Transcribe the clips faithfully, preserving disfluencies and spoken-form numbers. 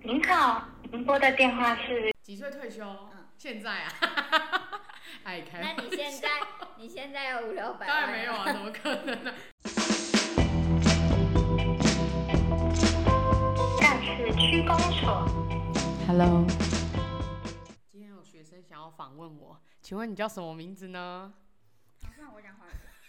您好，您拨的电话是几岁退休？ 嗯， 现在啊，爱开那你现在你现在有五六百万？ 当然没有啊，怎么可能呢、啊？ 干事区公所。 Hello， 今天有学生想要访问我，请问你叫什么名字呢？ 好像我讲话了。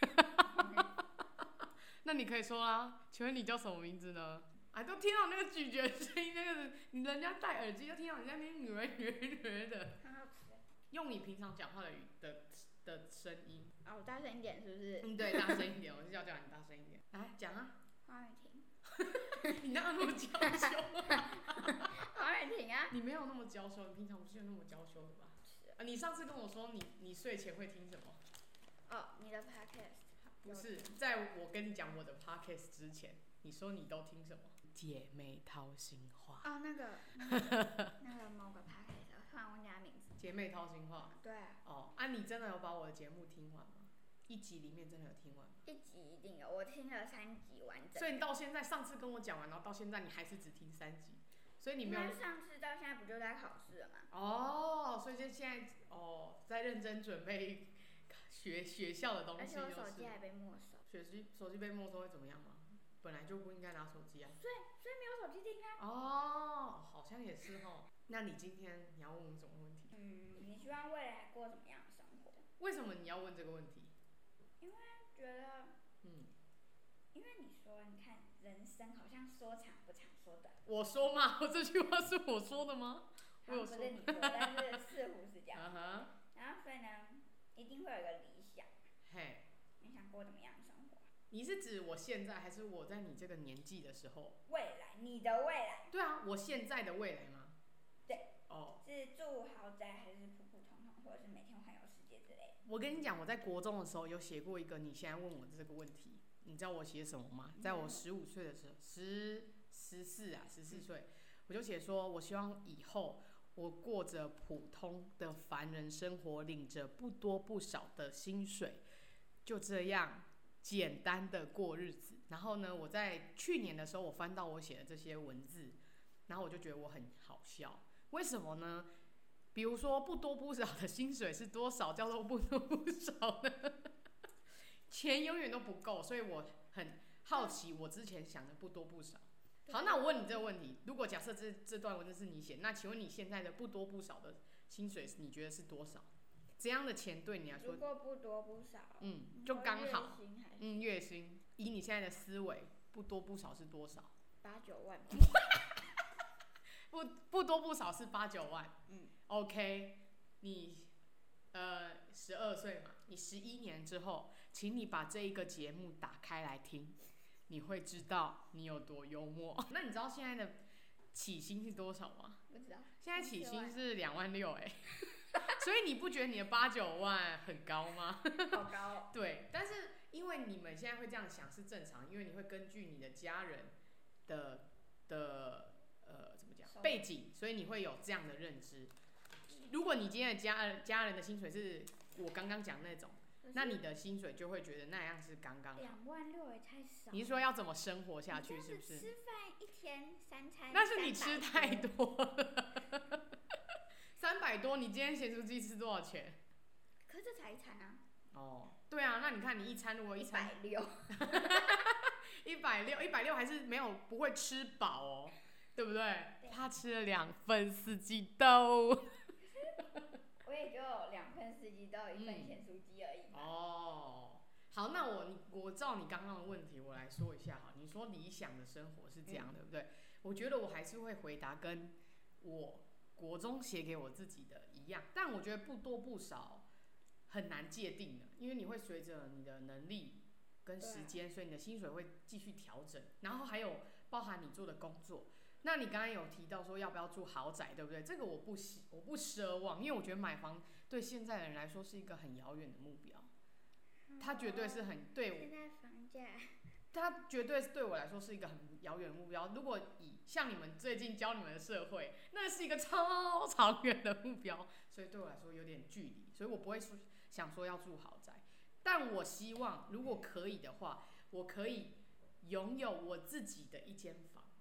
那你可以说啦，请问你叫什么名字呢？啊，都听到那个咀嚼声音，那个人家戴耳机都听到你在那边女儿女儿女儿的，用你平常讲话的语的的声音。 啊，我大声一点是不是？ 嗯，对，大声一点，我是要叫你大声一点。来讲啊。 黄雨婷。 你哪有那么娇羞、啊？ 黄雨婷啊。 你没有那么娇羞，你平常不是那么娇羞的吧？是啊，你上次跟我说你你睡前会听什么？ 哦，你的 podcast。 不是，在我跟你讲我的 podcast 之前，你说你都听什么？姐妹掏心话。 哦，那个那个那个某个 podcast， 突然忘记他名字。 姐妹掏心话。 对啊。 哦，啊，你真的有把我的节目听完吗？一集里面真的有听完吗？ 一集一定有，我听了三集完整。 所以你到现在，上次跟我讲完，然后到现在你还是只听三集，所以你没有。 因为上次到现在不就在考试了吗？ 哦，所以就现在哦，在认真准备学学校的东西、就是。 而且我手机还被没收。 手机手机被没收会怎么样吗？本来就不应该拿手机啊。 所以所以没有手机听啊。 哦，好像也是哦。那你今天你要问我什么问题？ 嗯，你希望未来过怎么样的生活？ 为什么你要问这个问题？ 因为觉得， 嗯， 因为你说，你看人生好像说长不长，说短。 我说嘛，这句话是我说的吗？ 我有说。不是你说，但是似乎是这样。 嗯哼。 然后所以呢，一定会有一个理想。 嘿。 你想过怎么样的生活？ 你是指我现在，还是我在你这个年纪的时候？ 未来，你的未来。 对啊，我现在的未来吗？ 对。 哦。 是住豪宅，还是普普通通，或者是每天环游世界之类的？ 我跟你讲，我在国中的时候有写过一个你现在问我这个问题，你知道我写什么吗？在我十五岁的时候，十十四啊，十四岁，我就写说，我希望以后我过着普通的凡人生活，领着不多不少的薪水，就这样简单的过日子。然后呢，我在去年的时候，我翻到我写的这些文字，然后我就觉得我很好笑。为什么呢？比如说不多不少的薪水是多少叫做不多不少呢？钱永远都不够，所以我很好奇，我之前想的不多不少。好，那我问你这个问题：如果假设这这段文字是你写，那请问你现在的不多不少的薪水，你觉得是多少？怎样的钱对你来说？ 如果不多不少， 嗯，就刚好。 月薪还是嗯，月薪，以你现在的思维，不多不少是多少？ 八九万。 不不多不少是八九万。 嗯。 OK， 你呃十二岁嘛，你十一年之后，请你把这一个节目打开来听，你会知道你有多幽默。那你知道现在的起薪是多少吗？ 不知道。 现在起薪是两万六哎，所以你不觉得你的八九万很高吗？ 好高哦。 对，但是因为你们现在会这样想是正常，因为你会根据你的家人的的呃怎么讲背景，所以你会有这样的认知。如果你今天的家家人的薪水是我刚刚讲那种，那你的薪水就会觉得那样是刚刚好。 两万六也太少。 你是说要怎么生活下去，是不是？ 吃饭一天三餐。 那是你吃太多了。三百多，你今天咸酥鸡吃多少钱？ 可是这才一餐啊。 哦，对啊，那你看你一餐如果一餐一百六， 一百六，一百六还是没有不会吃饱哦，对不对？ 对， 他吃了两份四季豆。 我也就两份四季豆，一份咸酥鸡而已嘛。 哦，好，那我我照你刚刚的问题，我来说一下哈。你说理想的生活是这样，嗯、对不对？我觉得我还是会回答跟我国中写给我自己的一样，但我觉得不多不少很难界定的，因为你会随着你的能力跟时间，所以你的薪水会继续调整，然后还有包含你做的工作。那你刚刚有提到说要不要住豪宅，对不对？这个我不我不奢望，因为我觉得买房对现在的人来说是一个很遥远的目标，它绝对是很对我。 现在房价。 它绝对对我来说是一个很遥远的目标。如果以像你们最近教你们的社会，那是一个超长远的目标，所以对我来说有点距离，所以我不会说想说要住豪宅。但我希望如果可以的话，我可以拥有我自己的一间房。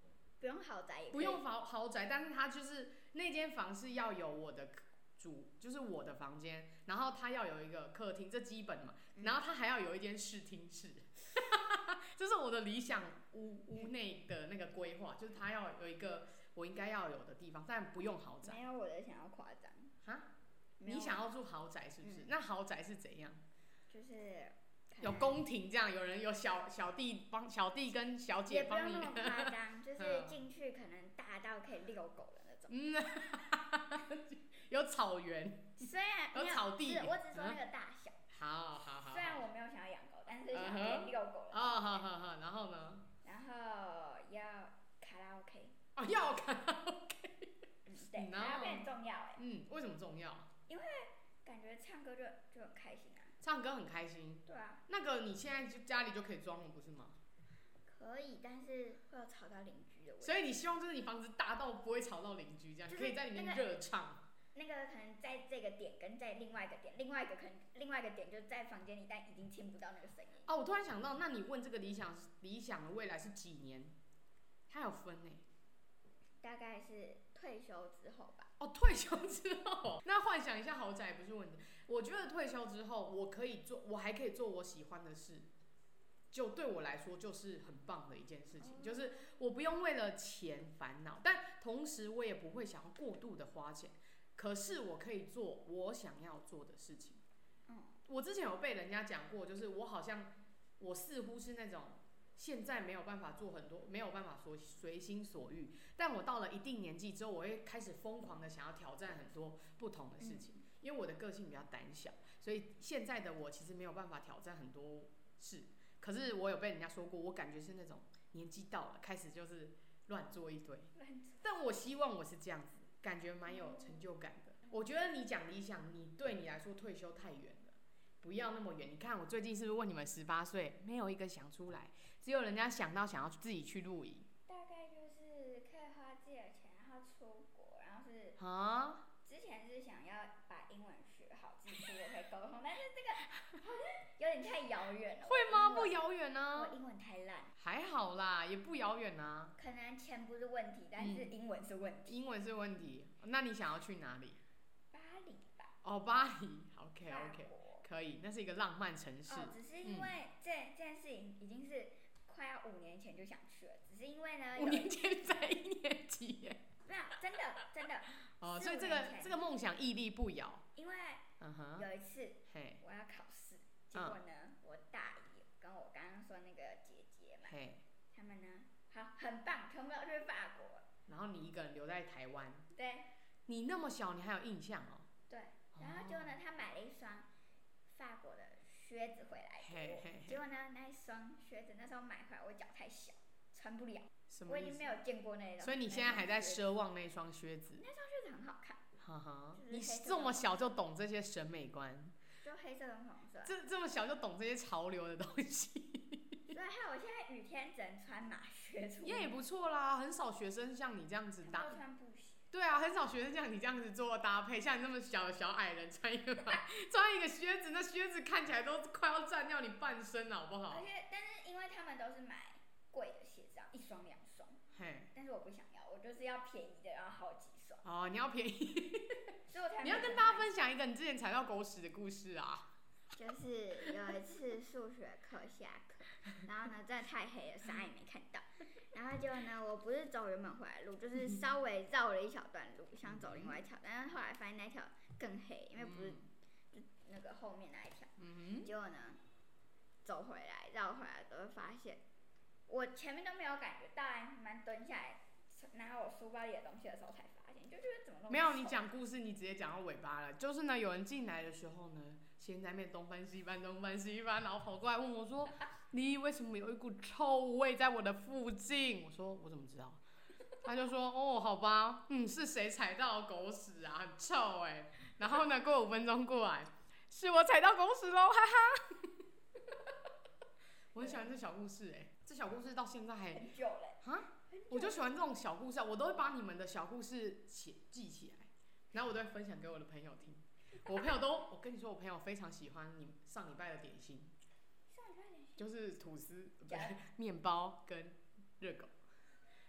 不用豪宅也可以， 不用豪豪宅，但是它就是那间房是要有我的主，就是我的房间，然后它要有一个客厅，这基本嘛，然后它还要有一间视听室，这是我的理想屋屋内的那个规划，就是它要有一个我应该要有的地方，但不用豪宅。 没有我的想要夸张啊？你想要住豪宅是不是？ 嗯、 那豪宅是怎样？ 就是有宫廷这样，有人有小小弟帮小弟跟小姐帮你。 也不用那么夸张，就是进去可能大到可以遛狗的那种。 嗯，有草原， 虽然有草地， 我只说那个大小。 嗯、好好好。 虽然我没有想要养狗，但是想要遛狗的。 哦，好好好，然后呢？ 然后要卡拉 OK。 哦，要卡拉 OK。 嗯，对，卡拉 OK 很重要哎。 嗯，为什么重要？ 因为感觉唱歌就就很开心啊。 唱歌很开心。 对啊。 那个你现在就家里就可以装了，不是吗？ 可以，但是会有吵到邻居的问题。 所以你希望就是你房子大到不会吵到邻居，这样、就是、你可以在里面热唱。 那个可能在这个点跟在另外一个点，另外一个可能另外一个点就在房间里，但已经听不到那个声音。 哦，我突然想到，那你问这个理想理想的未来是几年？它有分呢。 大概是退休之后吧。 哦，退休之后，那幻想一下豪宅不是问题。我觉得退休之后，我可以做，我还可以做我喜欢的事，就对我来说就是很棒的一件事情，就是我不用为了钱烦恼，但同时我也不会想要过度的花钱。可是我可以做我想要做的事情。 嗯， 我之前有被人家讲过，就是我好像我似乎是那种现在没有办法做很多，没有办法说随心所欲，但我到了一定年纪之后，我会开始疯狂的想要挑战很多不同的事情，嗯、因为我的个性比较胆小，所以现在的我其实没有办法挑战很多事。可是我有被人家说过，我感觉是那种年纪到了，开始就是乱做一堆。但我希望我是这样子。感觉蛮有成就感的。我觉得你讲理想，你对你来说退休太远了，不要那么远。你看我最近是不是问你们十八岁，没有一个想出来，只有人家想到想要自己去露营。 大概就是可以花自己的钱，然后出国，然后是啊。 之前是想要把英文学好，自己出国可以沟通，但是这个好像有点太遥远了。 会吗？不遥远啊。 我英文太烂。 还好啦，也不遥远啊。 可能钱不是问题，但是英文是问题。 嗯、英文是问题。那你想要去哪里？ 巴黎吧。 哦，巴黎 ，OK OK， 可以，那是一个浪漫城市。 哦，只是因为这、嗯、这件事情已经是快要五年前就想去了，只是因为呢， 五年前才一年级耶。 没有，真的真的。 哦，所以这个这个梦想屹立不摇。 因为有一次我要考试，结果呢，嗯、我大姨跟我刚刚说那个姐姐嘛，他们呢，好很棒，全部都去法国。 然后你一个人留在台湾。 对。 你那么小，你还有印象哦？ 对。然后结果呢，他买了一双法国的靴子回来给我。嘿嘿嘿。结果呢，那一双靴子那时候买回来，我脚太小，穿不了。 什么？ 我已经没有见过那种。 所以你现在还在奢望那双靴子？ 那双靴子很好看。 哈哈。你这么小就懂这些审美观？ 就黑色跟红色。 这这么小就懂这些潮流的东西？ 对，还有我现在雨天只能穿马靴出门。 也也不错啦，很少学生像你这样子搭。 穿布鞋。 对啊，很少学生像你这样子做搭配，像你那么小的小矮人穿一个穿一个靴子，那靴子看起来都快要占掉你半身了，好不好？ 而且，但是因为他们都是买贵的鞋子，一双两双。嘿。但是我不想要，我就是要便宜的，然后好几双。 哦，你要便宜。 所以我才。 你要跟大家分享一个你之前踩到狗屎的故事啊。 就是有一次数学课下课，然后呢真的太黑了，啥也没看到。然后结果呢，我不是走原本回来的路，就是稍微绕了一小段路，想走另外一条，但是后来发现那条更黑，因为不是就那个后面那一条。结果呢，走回来绕回来都会发现，我前面都没有感觉，到慢慢蹲下来拿我书包里的东西的时候才发现，就觉得怎么那么没有。你讲故事，你直接讲到尾巴了。就是呢，有人进来的时候呢，先在那边东翻西翻，东翻西翻，然后跑过来问我说：“你为什么有一股臭味在我的附近？”我说：“我怎么知道？”他就说：“哦，好吧，嗯，是谁踩到狗屎啊？很臭哎、欸。”然后呢，过五分钟过来，是我踩到狗屎喽，哈哈。我很喜欢这小故事哎、欸，这小故事到现在还很久嘞、 欸。啊？我就喜欢这种小故事啊，我都会把你们的小故事写记起来，然后我都会分享给我的朋友听。我朋友都，我跟你说，我朋友非常喜欢你上礼拜的点心， 上礼拜点心就是吐司、不是面包跟热狗。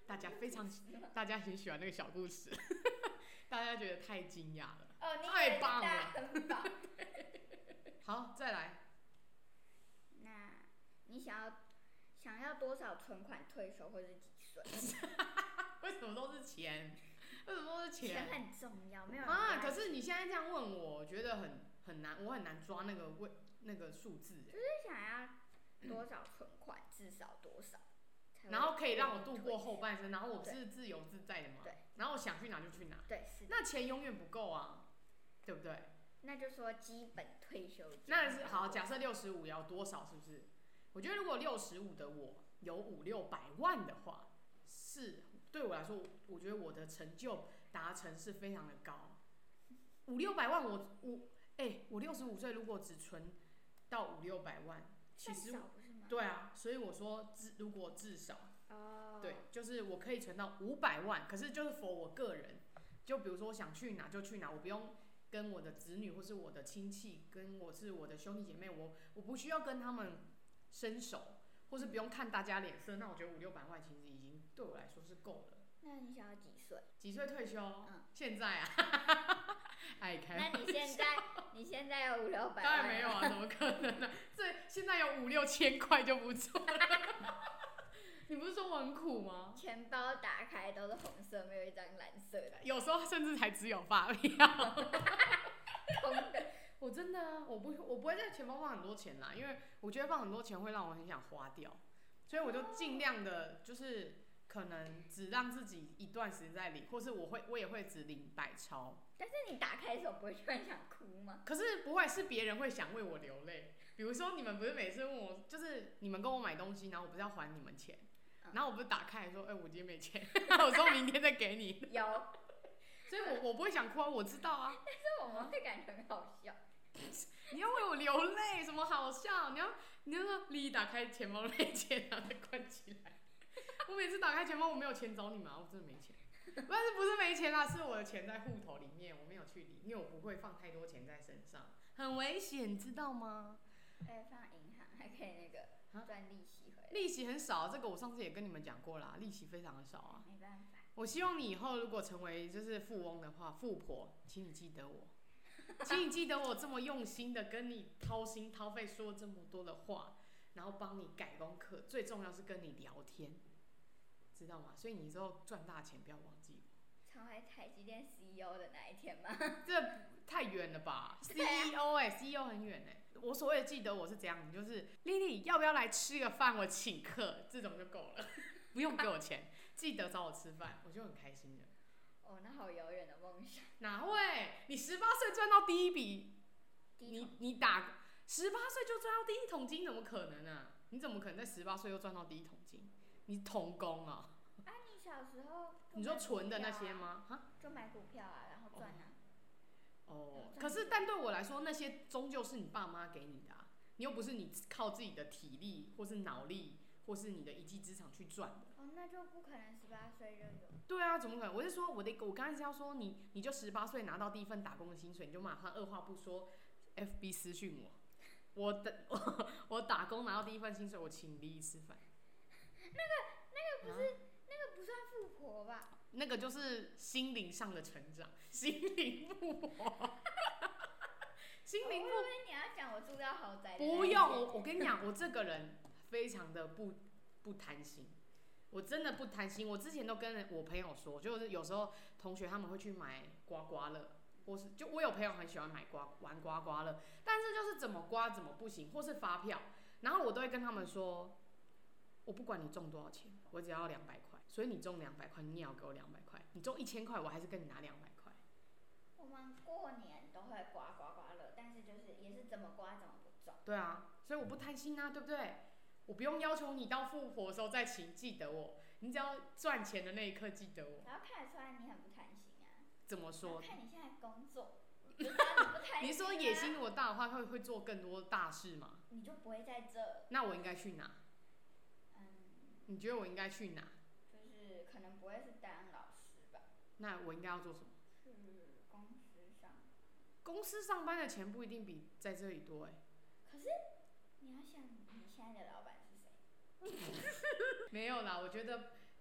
大家非常，大家很喜欢那个小故事，大家觉得太惊讶了， 哦，你太棒了， 很棒。 好，再来。 那你想要想要多少存款退休，或者是几岁？ 为什么都是钱？为什么都是钱？ 钱很重要，没有人啊！ 要可是你现在这样问我，我觉得很很难，我很难抓那个位那个数字。 就是想要多少存款，至少多少， 然后可以让我度过后半生，然后我是自由自在的嘛。 对。 然后我想去哪就去哪。 对，是。 那钱永远不够啊，对不对？ 那就说基本退休金。 那是好，假设六十五要多少，是不是？我觉得如果六十五的我有五六百万的话，是对我来说，我觉得我的成就达成是非常的高。五六百万我，我我哎，我六十五岁如果只存到五六百万，其实对啊，所以我说至如果至少， 哦， 对，就是我可以存到五百万，可是就是 for 我个人，就比如说我想去哪就去哪，我不用跟我的子女或是我的亲戚，跟我是我的兄弟姐妹，我我不需要跟他们伸手，或是不用看大家脸色，那我觉得五六百万其实已经对我来说是够了。 那你想要几岁？ 几岁退休？ 嗯， 现在啊，爱开那你现在你现在有五六百万？ 当然没有啊，怎么可能呢、啊？这现在有五六千块就不错了。你不是说我很苦吗？ 钱包打开都是红色，没有一张蓝色的。 有时候甚至还只有发票。 空的。 我真的啊，我不我不会在钱包放很多钱啦，因为我觉得放很多钱会让我很想花掉，所以我就尽量的，就是可能只让自己一段时间在领，或是我会我也会只领百钞。 但是你打开的时候不会突然想哭吗？ 可是不会，是别人会想为我流泪。比如说你们不是每次问我，就是你们跟我买东西，然后我不是要还你们钱，嗯、然后我不是打开说，哎、欸，我今天没钱，我说明天再给你。 有。 所以我我不会想哭啊，我知道啊。 但是我们会感觉很好笑。 你要为我流泪，什么好笑？你要你就说你打开钱包没钱，然后再关起来。我每次打开钱包，我没有钱找你们啊，我真的没钱。但是不是没钱啦，是我的钱在户头里面，我没有去理，因为我不会放太多钱在身上，很危险，你知道吗？ 哎、欸，放银行还可以那个赚利息回来。 利息很少，这个我上次也跟你们讲过啦，利息非常的少啊。 没办法。 我希望你以后如果成为就是富翁的话，富婆，请你记得我。请你记得我这么用心的跟你掏心掏肺说这么多的话，然后帮你改功课，最重要是跟你聊天，知道吗？所以你之后赚大钱不要忘记我。 成为台积电 C E O 的那一天吗？ 这太远了吧 ？C E O 哎、欸、，C E O 很远哎、欸。我所谓的记得我是怎样，就是丽丽要不要来吃个饭，我请客，这种就够了，不用给我钱，记得找我吃饭，我就很开心了。 哦，那好遥远的梦想。 哪会？你十八岁赚到第一笔，你你打十八岁就赚到第一桶金，怎么可能啊？你怎么可能在十八岁又赚到第一桶金？你童工啊？ 啊，你小时候、啊、 你说存的那些吗？哈， 就买股票啊，然后赚啊。 哦，可是但对我来说，那些终究是你爸妈给你的啊，你又不是你靠自己的体力或是脑力或是你的一技之长去赚的。 哦，那就不可能十八岁就有。 对啊，怎么可能？我是说，我的我刚才是要说你，你就十八岁拿到第一份打工的薪水，你就马上二话不说 ，F B 私讯我，我的我, 我打工拿到第一份薪水，我请丽丽吃饭。 那个那个不是、啊、那个不算富婆吧？ 那个就是心灵上的成长，心灵富婆。心灵富婆。 我以为你要讲我住到豪宅的。 不用，我我跟你讲，我这个人非常的不不贪心。我真的不贪心，我之前都跟我朋友说，就是有时候同学他们会去买刮刮乐，或是就我有朋友很喜欢买刮玩刮刮乐，但是就是怎么刮怎么不行，或是发票，然后我都会跟他们说，我不管你中多少钱，我只要两百块，所以你中两百块，你也要给我两百块，你中一千块，我还是跟你拿两百块。 我们过年都会刮刮刮乐，但是就是也是怎么刮怎么不中。 对啊，所以我不贪心啊，对不对？我不用要求你到富婆的时候再请，记得我。你只要赚钱的那一刻记得我。 然后看得出来你很不贪心啊。 怎么说？ 看你现在工作，就知道你不贪心、啊。 你说野心如果大的话，会会做更多大事吗？ 你就不会在这。 那我应该去哪？ 嗯。 你觉得我应该去哪？ 就是可能不会是当老师吧。 那我应该要做什么？ 去公司上。 公司上班的钱不一定比在这里多哎、欸。 可是你要想，你现在的老板是谁？ 没有啦，我觉得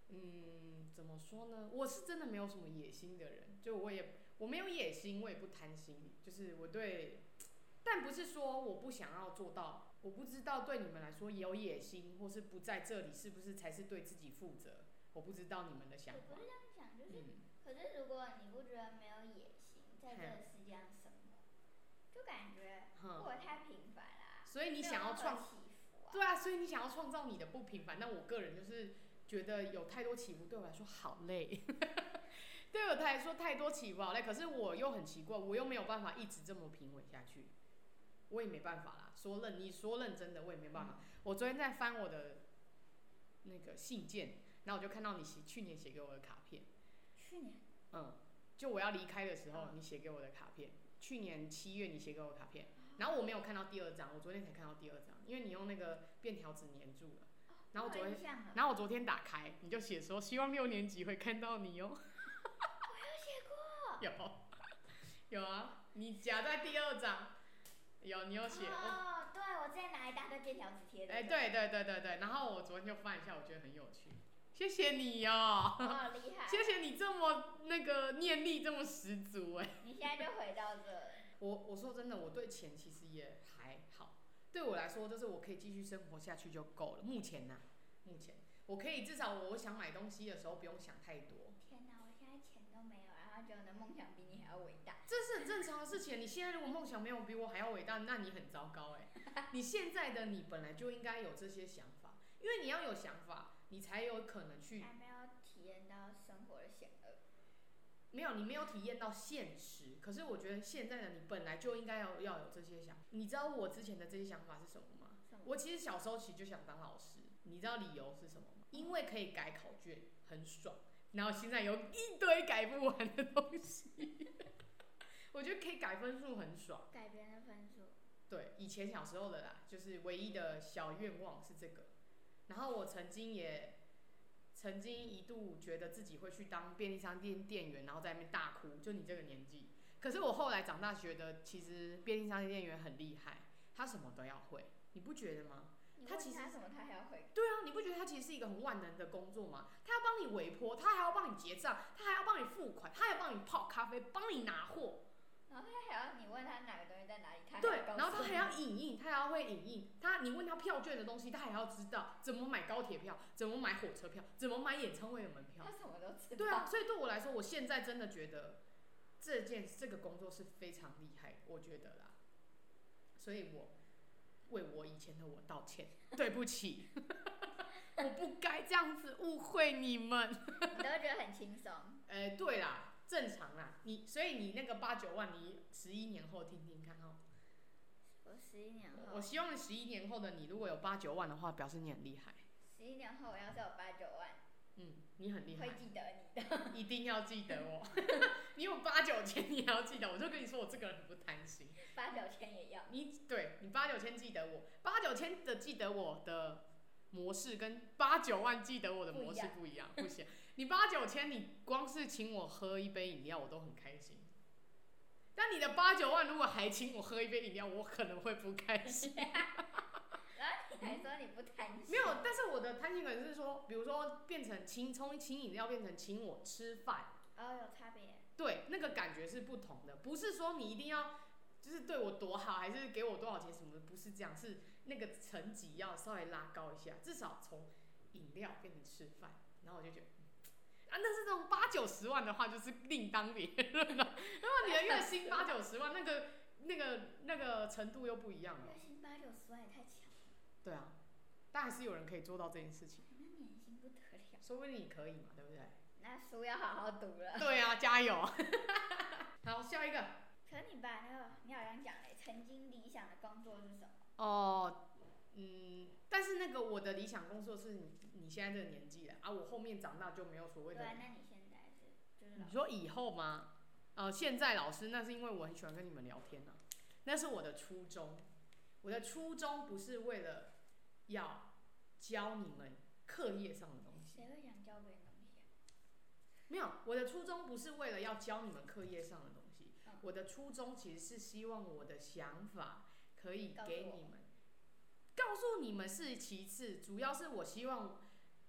嗯，怎么说呢？我是真的没有什么野心的人，就我也我没有野心，我也不贪心，就是我对，但不是说我不想要做到。我不知道对你们来说有野心或是不在这里，是不是才是对自己负责？我不知道你们的想法。 我不是这样想，就是， 嗯、 可是如果你不觉得没有野心，在这个世界上生活，就感觉过得太平凡啦。 所以你想要创， 起伏啊。 对啊，所以你想要创造你的不平凡。但我个人就是觉得有太多起伏，对我来说好累。对我来说太多起伏好累，可是我又很奇怪，我又没有办法一直这么平稳下去。我也没办法啦，说认你说认真的，我也没办法。嗯、我昨天在翻我的那个信件，然后我就看到你写去年写给我的卡片。 去年？ 嗯，就我要离开的时候，你写给我的卡片。去年七月你写给我的卡片，然后我没有看到第二张，我昨天才看到第二张，因为你用那个便条纸粘住了。然后我昨天，然后我昨天打开，你就写说希望六年级会看到你哦。 我有写过。 有，有啊，你夹在第二张。有，你有写哦，对，我之前拿一大堆便条纸贴的。 哎、欸，对对对对对，然后我昨天就翻一下，我觉得很有趣。谢谢你哦， 好厉害！ 谢谢你这么那个念力这么十足哎。 你现在就回到这。 我我说真的，我对钱其实也还好，对我来说就是我可以继续生活下去就够了。目前呢、啊，目前我可以至少我想买东西的时候不用想太多。 天哪，我现在钱都没有，然后觉得我的梦想比你还要伟大。 这是很正常的事情。你现在如果梦想没有比我还要伟大，那你很糟糕哎。你现在的你本来就应该有这些想法，因为你要有想法，你才有可能去。 还没有体验到生活的险恶。 没有，你没有体验到现实。可是我觉得现在的你本来就应该要要有这些想法。你知道我之前的这些想法是什么吗？ 什么？ 我其实小时候其实就想当老师。你知道理由是什么吗？因为可以改考卷，很爽。然后现在有一堆改不完的东西。我觉得可以改分数很爽。 改别人的分数。 对，以前小时候的啦，就是唯一的小愿望是这个。然后我曾经也，曾经一度觉得自己会去当便利商店店员，然后在那边大哭，就你这个年纪。可是我后来长大觉得，其实便利商店店员很厉害，他什么都要会，你不觉得吗？ 他其实什么他还要会。 对啊，你不觉得他其实是一个很万能的工作吗？他要帮你微波，他还要帮你结账，他还要帮你付款，他还要帮你泡咖啡，帮你拿货。 然后他还要你问他哪个东西在哪里，他还对， 要告诉你。 然后他还要影印，他还要会影印。他你问他票券的东西，他还要知道怎么买高铁票，怎么买火车票，怎么买演唱会的门票。 他什么都知道。 对啊，所以对我来说，我现在真的觉得这件这个工作是非常厉害的，我觉得啦。所以我为我以前的我道歉，对不起，我不该这样子误会你们。 你都觉得很轻松。 哎、欸，对啦。正常啦，你所以你那个八九万，你十一年后听听看哦。 我十一年后。 我希望十一年后的你，如果有八九万的话，表示你很厉害。 十一年后我要是有八九万， 嗯，你很厉害。 会记得你的。 一定要记得我。你有八九千，你还要记得，我就跟你说，我这个人很不贪心。 八九千也要。 你对你八九千记得我，八九千的记得我的模式跟八九万记得我的模式不一样，不行。你八九千，你光是请我喝一杯饮料，我都很开心。但你的八九万，如果还请我喝一杯饮料，我可能会不开心。 然后你还说你不贪心？ 没有，但是我的贪心可能是说，比如说变成请从请饮料变成请我吃饭。 哦，有差别。 对，那个感觉是不同的，不是说你一定要就是对我多好，还是给我多少钱什么的，不是这样，是那个层级要稍微拉高一下，至少从饮料变成吃饭，然后我就觉得。啊，那是这种八九十万的话，就是另当别论了。如果你的月薪八九十万，那个、那个、那个程度又不一样了。 月薪八九十万也太强了。 对啊，但还是有人可以做到这件事情。 那年薪不得了。 说不定你可以嘛，对不对？ 那书要好好读了。 对啊，加油！好，下一个。 可你把那个，你好像讲嘞，曾经理想的工作是什么？ 哦。嗯，但是那个我的理想工作是你你现在这个年纪了啊，我后面长大就没有所谓的。 对啊，那你现在是就是老师。 你说以后吗？呃，现在老师那是因为我很喜欢跟你们聊天啊，那是我的初衷。我的初衷不是为了要教你们课业上的东西。 谁会想教别人东西啊？ 没有，我的初衷不是为了要教你们课业上的东西， 嗯、 我的初衷其实是希望我的想法可以给你们。告诉你们是其次，主要是我希望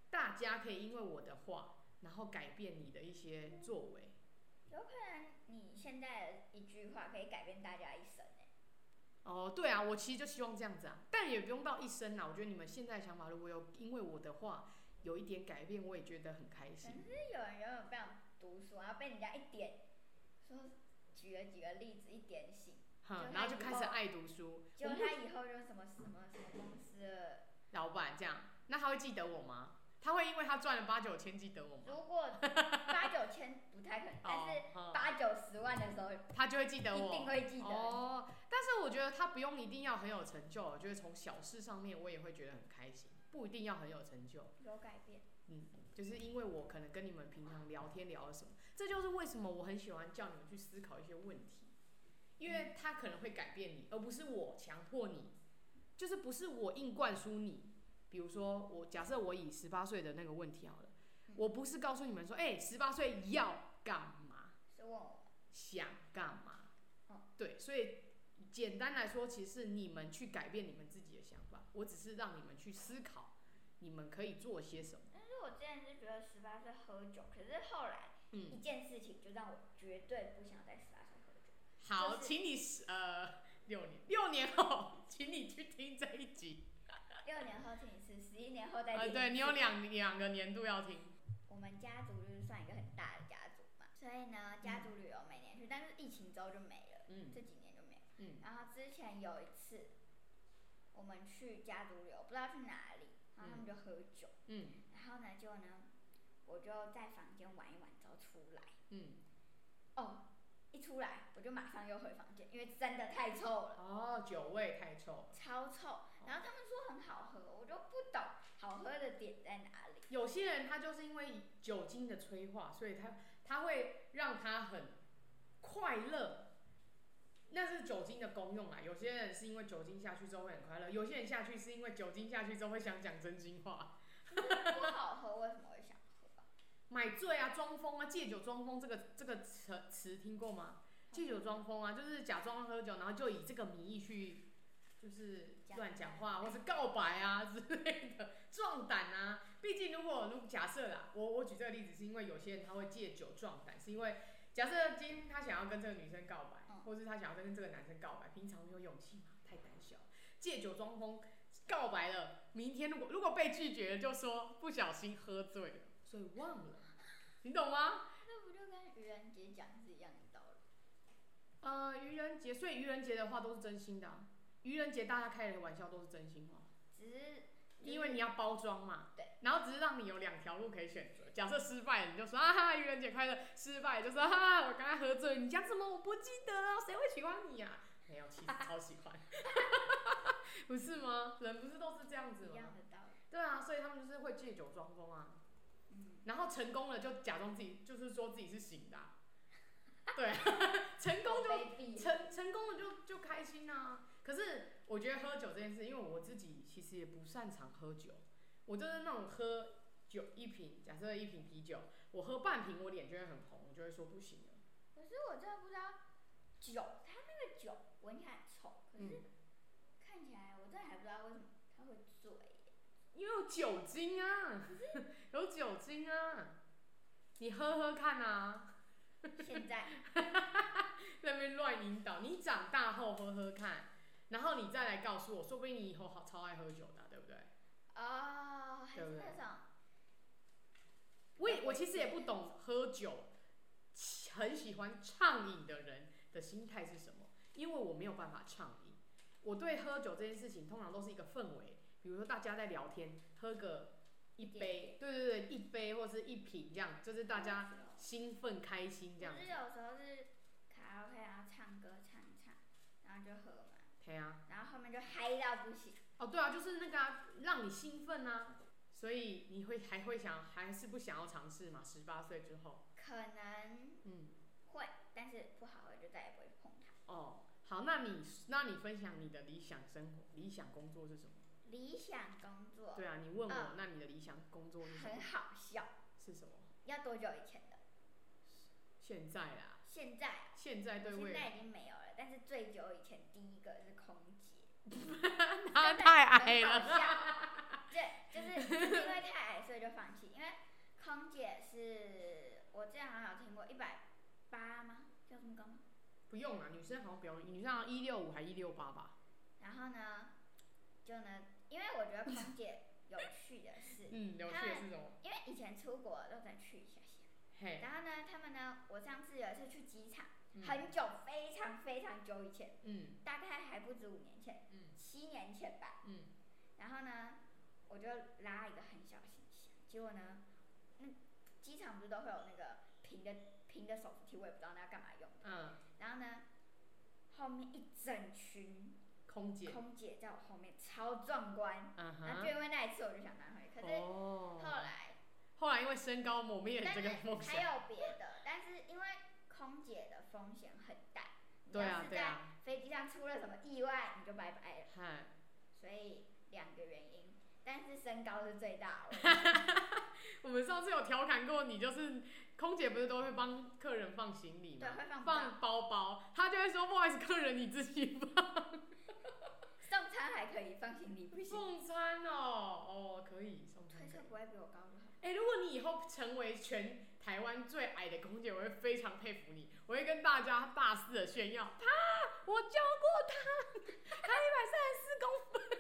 大家可以因为我的话，然后改变你的一些作为。 有可能你现在的一句话可以改变大家一生哎。 哦，对啊，我其实就希望这样子啊，但也不用到一生啊。我觉得你们现在想法如果有因为我的话有一点改变，我也觉得很开心。 可是有人永远不想读书，然后被人家一点说，举了几个例子一点醒， 哼，然后就开始爱读书。 结果他以后就什么什么什么公司的老板这样，那他会记得我吗？他会因为他赚了八九千记得我吗？ 如果八九千不太可能，但是八九十万的时候， 他就会记得我， 一定会记得。 哦，但是我觉得他不用一定要很有成就，我觉得从小事上面我也会觉得很开心，不一定要很有成就。 有改变。 嗯，就是因为我可能跟你们平常聊天聊了什么，这就是为什么我很喜欢叫你们去思考一些问题，因为他可能会改变你，而不是我强迫你，就是不是我硬灌输你。比如说，我假设我以十八岁的那个问题好了，嗯、我不是告诉你们说，哎、欸，十八岁要干嘛？ 是问我想干嘛？ 嗯、 对，所以简单来说，其实是你们去改变你们自己的想法，我只是让你们去思考，你们可以做些什么。 但是我之前是觉得十八岁喝酒，可是后来、嗯、一件事情就让我绝对不想在十八岁喝酒。 好， 就是、 请你呃六年六年后，请你去听这一集。 六年后听一次，十一年后再听一次。 呃，对你有两两个年度要听。 我们家族就是算一个很大的家族嘛，所以呢，家族旅游每年去，但是疫情之后就没了，嗯，这几年就没了。嗯，然后之前有一次，我们去家族旅游，不知道去哪里，然后他们就喝酒，嗯，然后呢，就呢，我就在房间玩一玩之后出来，嗯，哦。一出来我就马上又回房间，因为真的太臭了。 哦，酒味太臭。 超臭。然后他们说很好喝，我就不懂好喝的点在哪里。 有些人他就是因为酒精的催化，所以他他会让他很快乐，那是酒精的功用啊。有些人是因为酒精下去之后会很快乐，有些人下去是因为酒精下去之后会想讲真心话。 不好喝为什么会想喝啊？ 买醉啊，装疯啊，借酒装疯这个这个词词听过吗？借酒装疯啊，就是假装喝酒，然后就以这个名义去，就是乱讲话，或是告白啊之类的，壮胆啊。毕竟如果如果假设啦，我我举这个例子是因为有些人他会借酒壮胆，是因为假设今天他想要跟这个女生告白，嗯、或是他想要跟这个男生告白，平常没有勇气嘛，太胆小，借酒装疯告白了，明天如果如果被拒绝了，就说不小心喝醉了，所以忘了，你懂吗？ 那不就跟愚人节讲是一样的道理？ 呃，愚人节，所以愚人节的话都是真心的、啊。愚人节大家开的玩笑都是真心话， 只是、就是、 因为你要包装嘛， 对， 然后只是让你有两条路可以选择。假设失败了，你就说啊哈愚人节快乐；失败就说哈哈我刚刚喝醉，你讲什么我不记得了，谁会喜欢你啊？没有，其实超喜欢，不是吗？人不是都是这样子吗？ 一样的道理。 对啊，所以他们就是会借酒装疯啊，嗯，然后成功了就假装自己就是说自己是醒的、啊。对，成功就成成功了就就开心啊。可是我觉得喝酒这件事，因为我自己其实也不擅长喝酒，我就是那种喝酒一瓶，假设一瓶啤酒，我喝半瓶我脸就会很红，我就会说不行了。 可是我真的不知道酒，它那个酒闻起来很臭，可是看起来我真的还不知道为什么它会醉耶。 因为有酒精啊，有酒精啊，你喝喝看啊。 现在在那边乱引导，你长大后喝喝看，然后你再来告诉我，说不定你以后好超爱喝酒的、啊，对不对？ 哦，还是那种。 我也我其实也不懂喝酒，很喜欢畅饮的人的心态是什么，因为我没有办法畅饮。我对喝酒这件事情通常都是一个氛围，比如说大家在聊天，喝个一杯，对对对，一杯或是一瓶这样，就是大家兴奋开心这样子。 就是有时候是卡拉 OK， 然后唱歌唱一唱，然后就喝嘛。 对啊。 然后后面就嗨到不行。 哦，对啊，就是那个、啊、让你兴奋啊，所以你会还会想还是不想要尝试嘛？十八岁之后。 可能嗯会，但是不好喝就再也不会碰它。 哦，好，那你那你分享你的理想生活、理想工作是什么？ 理想工作。 对啊，你问我， 呃、 那你的理想工作是什么？ 很好笑。 是什么？ 要多久以前的？ 现在啦。 现在。 现在对未来。 现在已经没有了，但是最久以前第一个是空姐。 她太矮了。 对，就是就是因为太矮，所以就放弃。因为空姐是我之前好像有听过一百八吗？叫这么高吗？ 不用啦，女生好像不用，女生好像一六五还一六八吧。 然后呢，就呢，因为我觉得空姐有趣的是， 嗯，有趣的是什么？ 因为以前出国都得去一下下。 嘿。 然后呢，他们呢，我上次有一次去机场， 嗯、 很久，非常非常久以前， 嗯， 大概还不止五年前， 嗯， 七年前吧， 嗯。 然后呢，我就拉一个很小的行李箱，结果呢，那机场不是都会有那个平的平的手扶梯，我也不知道那要干嘛用的。 嗯。 然后呢，后面一整群空姐， 空姐在我后面，超壮观。 嗯哼。 然后就因为那一次，我就想拿回去。可是后来， 哦、后来因为身高磨灭了这个梦想。 还有别的，但是因为空姐的风险很大， 对啊对啊， 在飞机上出了什么意外，你就拜拜了。 嗨。 所以两个原因，但是身高是最大的。 我们上次有调侃过你，就是空姐不是都会帮客人放行李吗？ 对，会放放包包，他就会说不好意思，客人你自己放。 送餐还可以，放行李不行。 送餐哦，哦可以送餐。 推测不会比我高就好。 哎、欸，如果你以后成为全台湾最矮的空姐，我会非常佩服你，我会跟大家大肆的炫耀，他，我教过他，他一百三十四公分。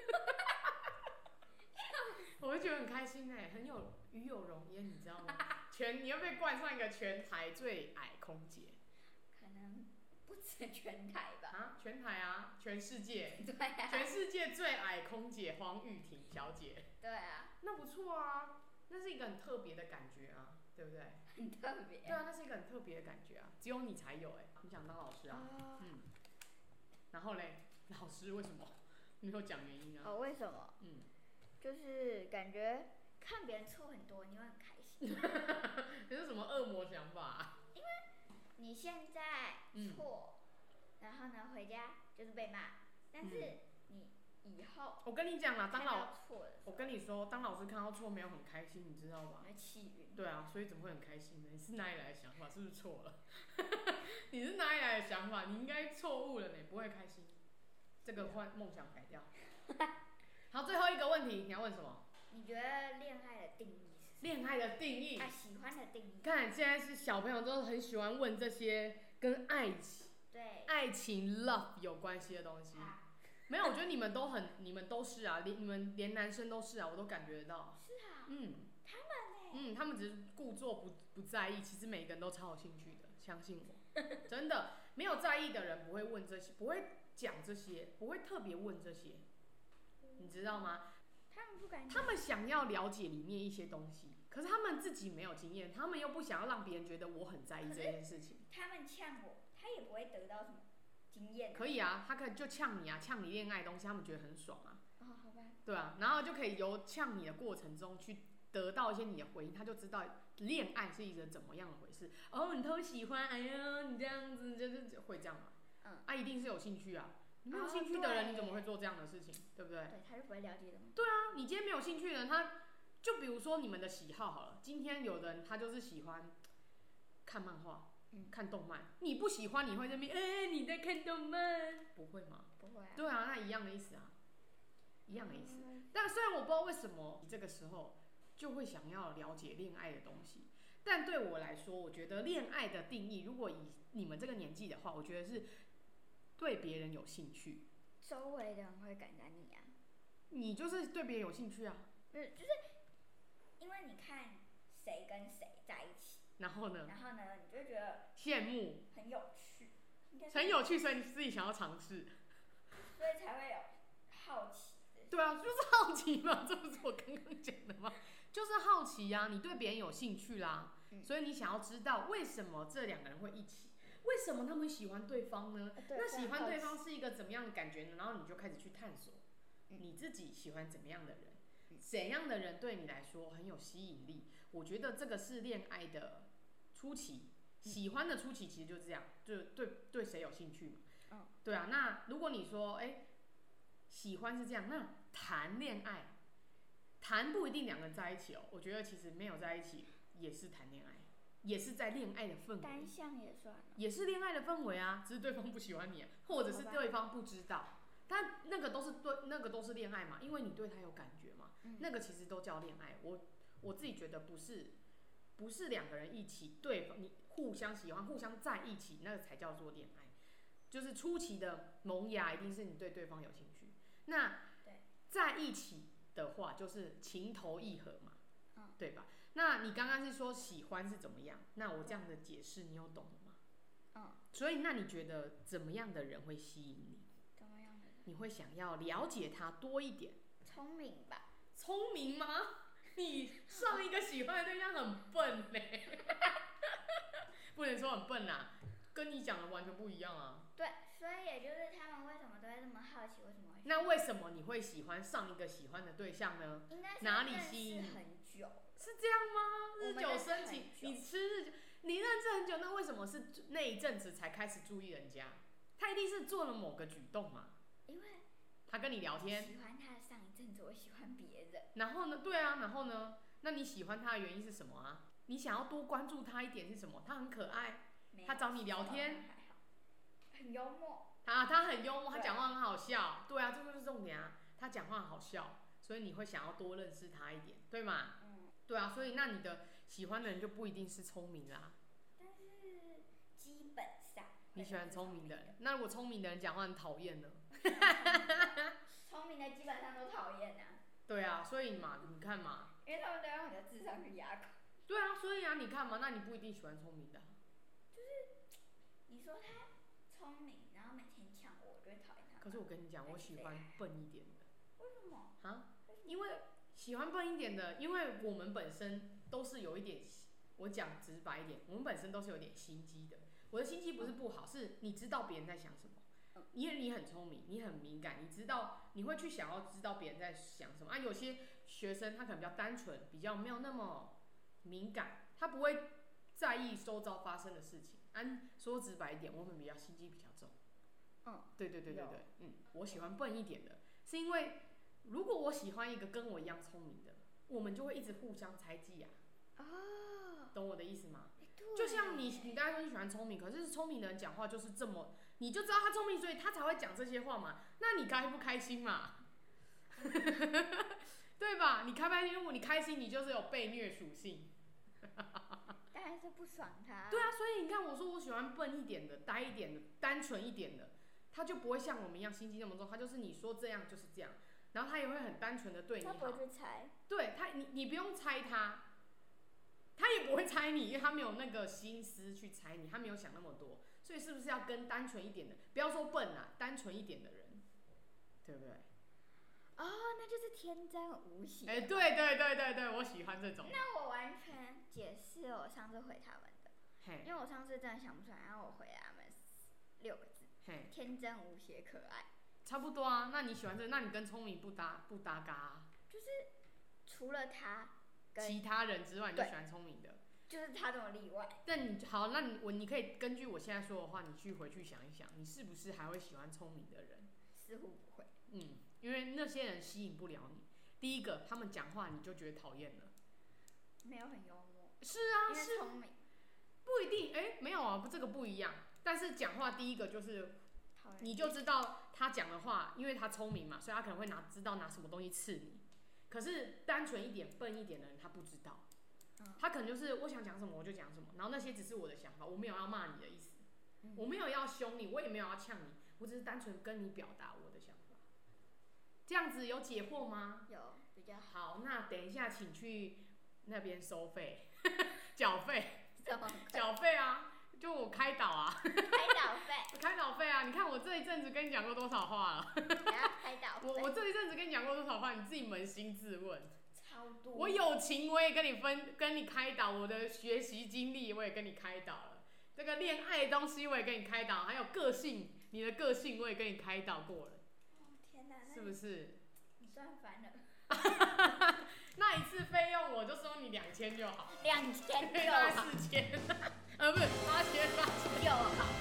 我会觉得很开心哎、欸，很有与有荣焉，你知道吗？全你要被冠上一个全台最矮空姐， 可能不止全台吧？ 啊，全台啊，全世界， 对啊， 全世界最矮空姐黄玉婷小姐， 对啊， 那不错啊，那是一个很特别的感觉啊，对不对？ 很特别。 对啊，那是一个很特别的感觉啊，只有你才有哎、欸。你想当老师啊？ 哦、 嗯。然后嘞，老师为什么？没有讲原因啊？ 哦，为什么？ 嗯。 就是感觉看别人错很多，你会很开心。 这是什么恶魔想法、啊？ 因为你现在错、嗯，然后呢回家就是被骂，但是你以后、 嗯、我跟你讲啦，当老我跟你说，当老师看到错没有很开心，你知道吗？ 会气晕。 对啊，所以怎么会很开心呢？你是哪里来的想法？是不是错了？你是哪里来的想法？你应该错误了呢，不会开心。这个换梦想改掉。好，最后一个问题，你要问什么？ 你觉得恋爱的定义是什么？ 恋爱的定义？ 啊，喜欢的定义。 看，现在是小朋友都很喜欢问这些跟爱情、 对、 爱情 love 有关系的东西。啊、没有，我觉得你们都很，你们都是啊，连你们连男生都是啊，我都感觉得到。 是啊。 嗯。 他们呢？ 嗯，他们只是故作不不在意，其实每个人都超有兴趣的，相信我，真的，没有在意的人不会问这些，不会讲这些，不会特别问这些。你知道吗？ 他们不敢。 他们想要了解里面一些东西，可是他们自己没有经验，他们又不想要让别人觉得我很在意这件事情。 他们呛我，他也不会得到什么经验、啊。 可以啊，他可以就呛你啊，呛你恋爱的东西，他们觉得很爽啊。 哦，好吧。对啊，然后就可以由呛你的过程中去得到一些你的回应，他就知道恋爱是一个怎么样的回事。哦，你都喜欢，哎呀，你这样子就是会这样嘛。嗯。啊，一定是有兴趣啊。没有兴趣的人，你怎么会做这样的事情，对不对？ 对，他就不会了解的。 对啊，你今天没有兴趣的人，他就比如说你们的喜好好了，今天有的人他就是喜欢看漫画、嗯、看动漫，你不喜欢，你会在那边，哎、欸，你在看动漫，不会吗？ 不会啊。 对啊，那一样的意思啊，一样的意思。嗯、但虽然我不知道为什么你这个时候就会想要了解恋爱的东西，但对我来说，我觉得恋爱的定义，如果以你们这个年纪的话，我觉得是。对别人有兴趣， 周围的人会感染你啊。 你就是对别人有兴趣啊。 嗯，就是因为你看谁跟谁在一起， 然后呢？ 然后呢，你就会觉得羡慕， 很有趣， 很有趣，所以你自己想要尝试， 所以才会有好奇。 对啊，就是好奇嘛，这不是我刚刚讲的吗？就是好奇呀、啊，你对别人有兴趣啦，嗯、所以你想要知道为什么这两个人会一起。为什么他们喜欢对方呢？那喜欢对方是一个怎么样的感觉呢？然后你就开始去探索，你自己喜欢怎么样的人，怎样的人对你来说很有吸引力？我觉得这个是恋爱的初期，喜欢的初期其实就这样，就对对谁有兴趣嘛。对啊。那如果你说，哎、欸，喜欢是这样，那谈恋爱，谈不一定两个人在一起哦。我觉得其实没有在一起也是谈恋爱。也是在恋爱的氛围， 单向也算了， 也是恋爱的氛围啊，只是对方不喜欢你、啊，或者是对方不知道，但那个都是对，那个都是恋爱嘛，因为你对他有感觉嘛。 嗯、 那个其实都叫恋爱。我我自己觉得不是，不是两个人一起对方你互相喜欢、互相在一起，那个才叫做恋爱。就是初期的萌芽，一定是你对对方有兴趣。那在一起的话，就是情投意合嘛， 嗯、 对吧？那你刚刚是说喜欢是怎么样？那我这样的解释，你有懂了吗？ 嗯。 所以那你觉得怎么样的人会吸引你？ 怎么样的人？ 你会想要了解他多一点？ 聪明吧？ 聪明吗？你上一个喜欢的对象很笨呢、欸，不能说很笨啦，跟你讲的完全不一样啊。 对，所以也就是他们为什么都会这么好奇，为什么会？ 那为什么你会喜欢上一个喜欢的对象呢？ 应该是哪里吸引你？ 很久。 是这样吗？日久生情，你吃日久，你认识很久，那为什么是那一阵子才开始注意人家？他一定是做了某个举动嘛？ 因为他跟你聊天， 喜欢他上一阵子，我喜欢别人。 然后呢？对啊，然后呢？那你喜欢他的原因是什么啊？你想要多关注他一点是什么？他很可爱，他找你聊天， 很幽默。 啊，他很幽默，他讲话很好笑。对啊，这就是重点啊，他讲话很好笑，所以你会想要多认识他一点，对吗？ 嗯。 对啊，所以那你的喜欢的人就不一定是聪明啦。 但是基本上。 你喜欢聪明的人，那如果聪明的人讲话很讨厌呢？ 聪明的基本上都讨厌啊。 对啊，所以嘛，你看嘛。 因为他们都用你的智商去压垮。 对啊，所以啊，你看嘛，那你不一定喜欢聪明的、啊。 就是你说他聪明，然后每天呛我，我就会讨厌他。 可是我跟你讲，我喜欢笨一点的。 为什么？ 啊？因为喜欢笨一点的，因为我们本身都是有一点，我讲直白一点，我们本身都是有点心机的。我的心机不是不好，是你知道别人在想什么。因为你很聪明，你很敏感，你知道你会去想要知道别人在想什么啊。有些学生他可能比较单纯，比较没有那么敏感，他不会在意周遭发生的事情。按说直白一点，我们比较心机比较重。 嗯， 对对对对对，嗯，我喜欢笨一点的，是因为如果我喜欢一个跟我一样聪明的，我们就会一直互相猜忌啊。 哦， 懂我的意思吗？就像你，你刚才说你喜欢聪明，可是聪明的人讲话就是这么，你就知道他聪明，所以他才会讲这些话嘛。那你开不开心嘛？对吧？你开不开心？如果你开心，你就是有被虐属性。 当然是不爽他。 对啊，所以你看，我说我喜欢笨一点的、呆一点的、单纯一点的，他就不会像我们一样心机那么重，他就是你说这样就是这样，然后他也会很单纯的对你好。 他不会去猜。 对他，你你不用猜他。他也不会猜你，因为他没有那个心思去猜你，他没有想那么多，所以是不是要跟单纯一点的，不要说笨啊，单纯一点的人，对不对？ 哦，那就是天真无邪。 哎、欸，对对对对对，我喜欢这种。 那我完全解释了我上次回他们的，因为我上次真的想不出来，然后我回他们六个字，天真无邪可爱。 差不多啊，那你喜欢这个，那你跟聪明不搭不搭嘎啊？ 就是除了他。 其他人之外，你就喜欢聪明的， 就是他这种例外。 那你好，那你我你可以根据我现在说的话，你去回去想一想，你是不是还会喜欢聪明的人？ 似乎不会。 嗯，因为那些人吸引不了你。第一个，他们讲话你就觉得讨厌了。 没有很幽默。 是啊， 因为聪明。 不一定，哎、欸，没有啊，这个不一样。但是讲话第一个就是，你就知道他讲的话，因为他聪明嘛，所以他可能会拿知道拿什么东西刺你。可是单纯一点、笨一点的人，他不知道， 嗯、 他可能就是我想讲什么我就讲什么，然后那些只是我的想法，我没有要骂你的意思， 嗯、 我没有要凶你，我也没有要呛你，我只是单纯跟你表达我的想法。这样子有解惑吗？ 有，比较好。好，那等一下请去那边收费，缴费，缴费啊，就我开导啊， 开导费， 开导费啊！你看我这一阵子跟你讲过多少话了？ 还要开导费。 我我这一阵子跟你讲过多少话？你自己扪心自问。 超多。 我友情我也跟你分，跟你开导，我的学习经历我也跟你开导了，这个恋爱的东西我也跟你开导，还有个性，你的个性我也跟你开导过了。 哦天哪！ 是不是？ 你赚翻了。 那一次费用我就收你两千就好。 两千就好。 大概四千，呃不是八千八千就好。